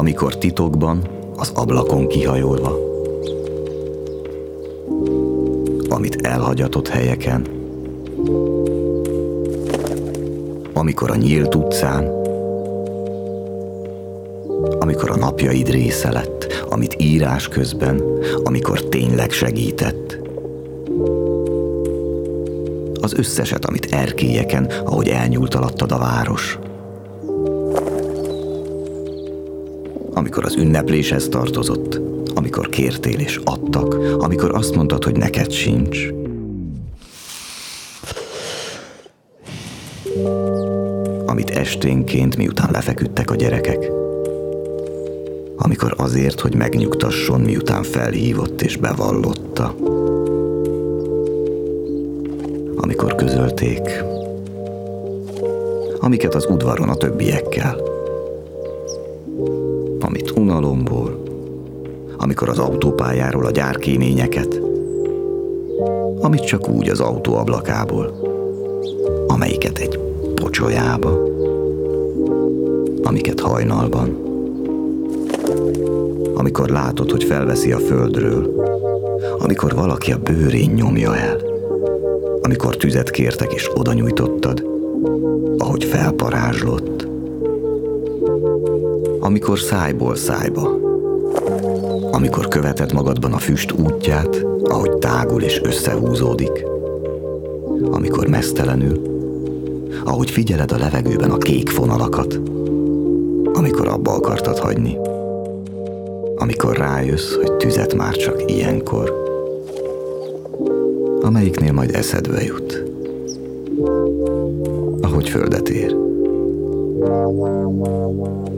amikor titokban, az ablakon kihajolva, amit elhagyatott helyeken, amikor a nyílt utcán, amikor a napjaid része lett, amit írás közben, amikor tényleg segített. Az összeset, amit erkélyeken, ahogy elnyúlt alattad a város. Amikor az ünnepléshez tartozott, amikor kértél és adtak, amikor azt mondtad, hogy neked sincs. Amit esténként, miután lefeküdtek a gyerekek. Amikor azért, hogy megnyugtasson, miután felhívott és bevallotta. Amikor közölték, amiket az udvaron a többiekkel. Amit unalomból, amikor az autópályáról a gyárkéményeket, amit csak úgy az autó ablakából, amelyiket egy pocsolyába, amiket hajnalban, amikor látod, hogy felveszi a földről, amikor valaki a bőrén nyomja el, amikor tüzet kértek és oda nyújtottad, ahogy felparázslott, amikor szájból szájba, amikor követed magadban a füst útját, ahogy tágul és összehúzódik, amikor meztelenül, ahogy figyeled a levegőben a kék fonalakat, amikor abba akartad hagyni, amikor rájössz, hogy tüzet már csak ilyenkor, amelyiknél majd eszedbe jut, ahogy földet ér.